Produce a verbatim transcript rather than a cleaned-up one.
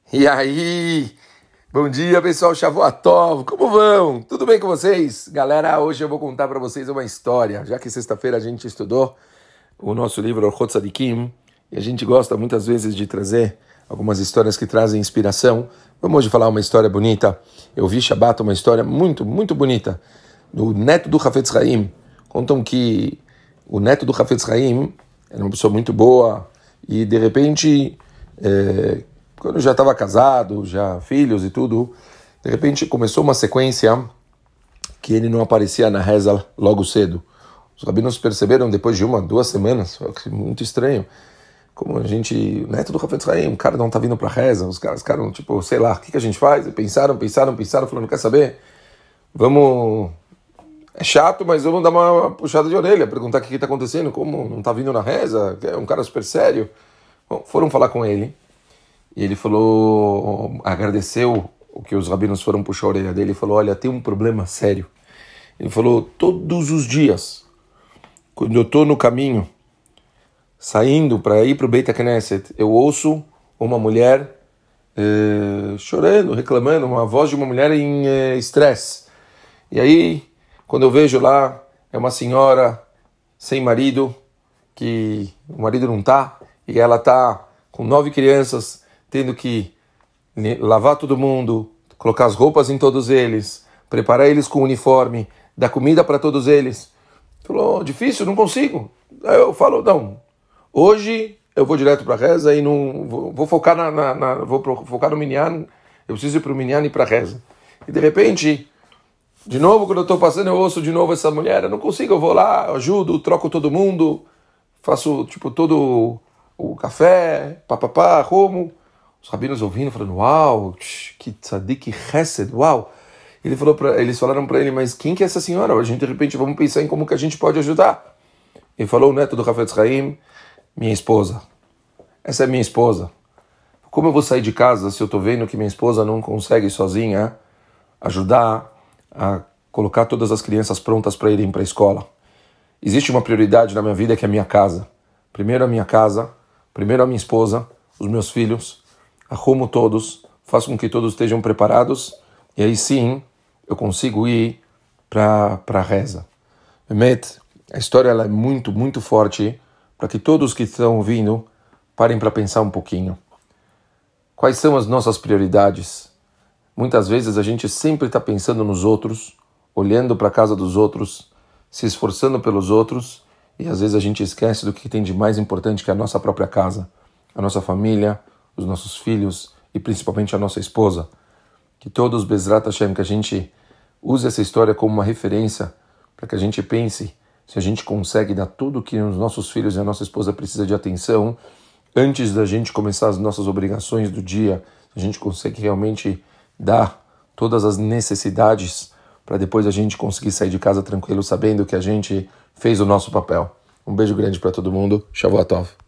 E aí? Bom dia, pessoal. Shavuot, como vão? Tudo bem com vocês? Galera, hoje eu vou contar para vocês uma história. Já que sexta-feira a gente estudou o nosso livro Orchot Tzadikim, e a gente gosta muitas vezes de trazer algumas histórias que trazem inspiração. Vamos hoje falar uma história bonita. Eu vi Shabbat uma história muito, muito bonita. Do neto do Hafetz Haim. Contam que o neto do Hafetz Haim era uma pessoa muito boa e de repente... É, quando já estava casado, já filhos e tudo, de repente começou uma sequência que ele não aparecia na reza logo cedo. Os rabinos perceberam depois de uma, duas semanas, muito estranho, como a gente, o neto do Hafetz Haim, o cara não está vindo para a reza, os caras ficaram tipo, sei lá, o que, que a gente faz? E pensaram, pensaram, pensaram, falaram, quer saber? Vamos... É chato, mas vamos dar uma puxada de orelha, perguntar o que está acontecendo, como não está vindo na reza, é um cara super sério. Bom, foram falar com ele. E ele falou, agradeceu o que os rabinos foram puxar a orelha dele e falou, olha, tem um problema sério. Ele falou, todos os dias, quando eu estou no caminho, saindo para ir para o Beit HaKnesset, eu ouço uma mulher eh, chorando, reclamando, uma voz de uma mulher em estresse. Eh, e aí, quando eu vejo lá, é uma senhora sem marido, que o marido não está, e ela está com nove crianças, tendo que lavar todo mundo, colocar as roupas em todos eles, preparar eles com uniforme, dar comida para todos eles. Falou, difícil, não consigo. Aí eu falo, não, hoje eu vou direto para a reza e não vou, vou focar na, na, na vou focar no minyan, eu preciso ir para o minyan e para a reza. E de repente, de novo, quando eu estou passando, eu ouço de novo essa mulher, eu não consigo, eu vou lá, ajudo, troco todo mundo, faço tipo todo o café, papapá, arrumo. Os rabinos ouvindo, falando, uau, que tzadik chesed, uau. Ele falou pra, eles falaram para ele, mas quem que é essa senhora? A gente, de repente, vamos pensar em como que a gente pode ajudar. Ele falou, o neto do Hafetz Haim, minha esposa. Essa é minha esposa. Como eu vou sair de casa se eu estou vendo que minha esposa não consegue sozinha ajudar a colocar todas as crianças prontas para irem para a escola? Existe uma prioridade na minha vida que é a minha casa. Primeiro a minha casa, primeiro a minha esposa, os meus filhos. Arrumo todos, faço com que todos estejam preparados e aí sim eu consigo ir para a reza. Emet, a história ela é muito, muito forte para que todos que estão ouvindo parem para pensar um pouquinho. Quais são as nossas prioridades? Muitas vezes a gente sempre está pensando nos outros, olhando para a casa dos outros, se esforçando pelos outros e às vezes a gente esquece do que tem de mais importante que a nossa própria casa, a nossa família, os nossos filhos e principalmente a nossa esposa. Que todos, Bezrat Hashem, que a gente use essa história como uma referência para que a gente pense se a gente consegue dar tudo que os nossos filhos e a nossa esposa precisam de atenção antes da gente começar as nossas obrigações do dia, a gente consegue realmente dar todas as necessidades para depois a gente conseguir sair de casa tranquilo sabendo que a gente fez o nosso papel. Um beijo grande para todo mundo. Shavuot Tov.